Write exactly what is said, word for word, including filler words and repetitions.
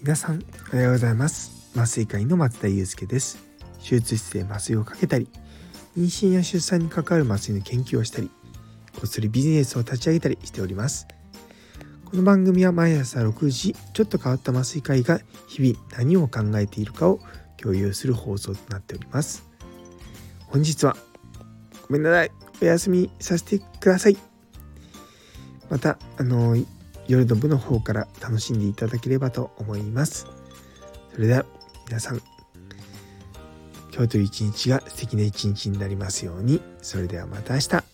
皆さんおはようございます。麻酔科医の松田祐介です。手術室で麻酔をかけたり、妊娠や出産に関わる麻酔の研究をしたり、こっそりビジネスを立ち上げたりしております。この番組は毎朝ろくじ、ちょっと変わった麻酔科医が日々何を考えているかを共有する放送となっております。本日はごめんなさい、お休みさせてください。またあの夜の部の方から楽しんでいただければと思います。それでは皆さん、今日という一日が素敵な一日になりますように。それではまた明日。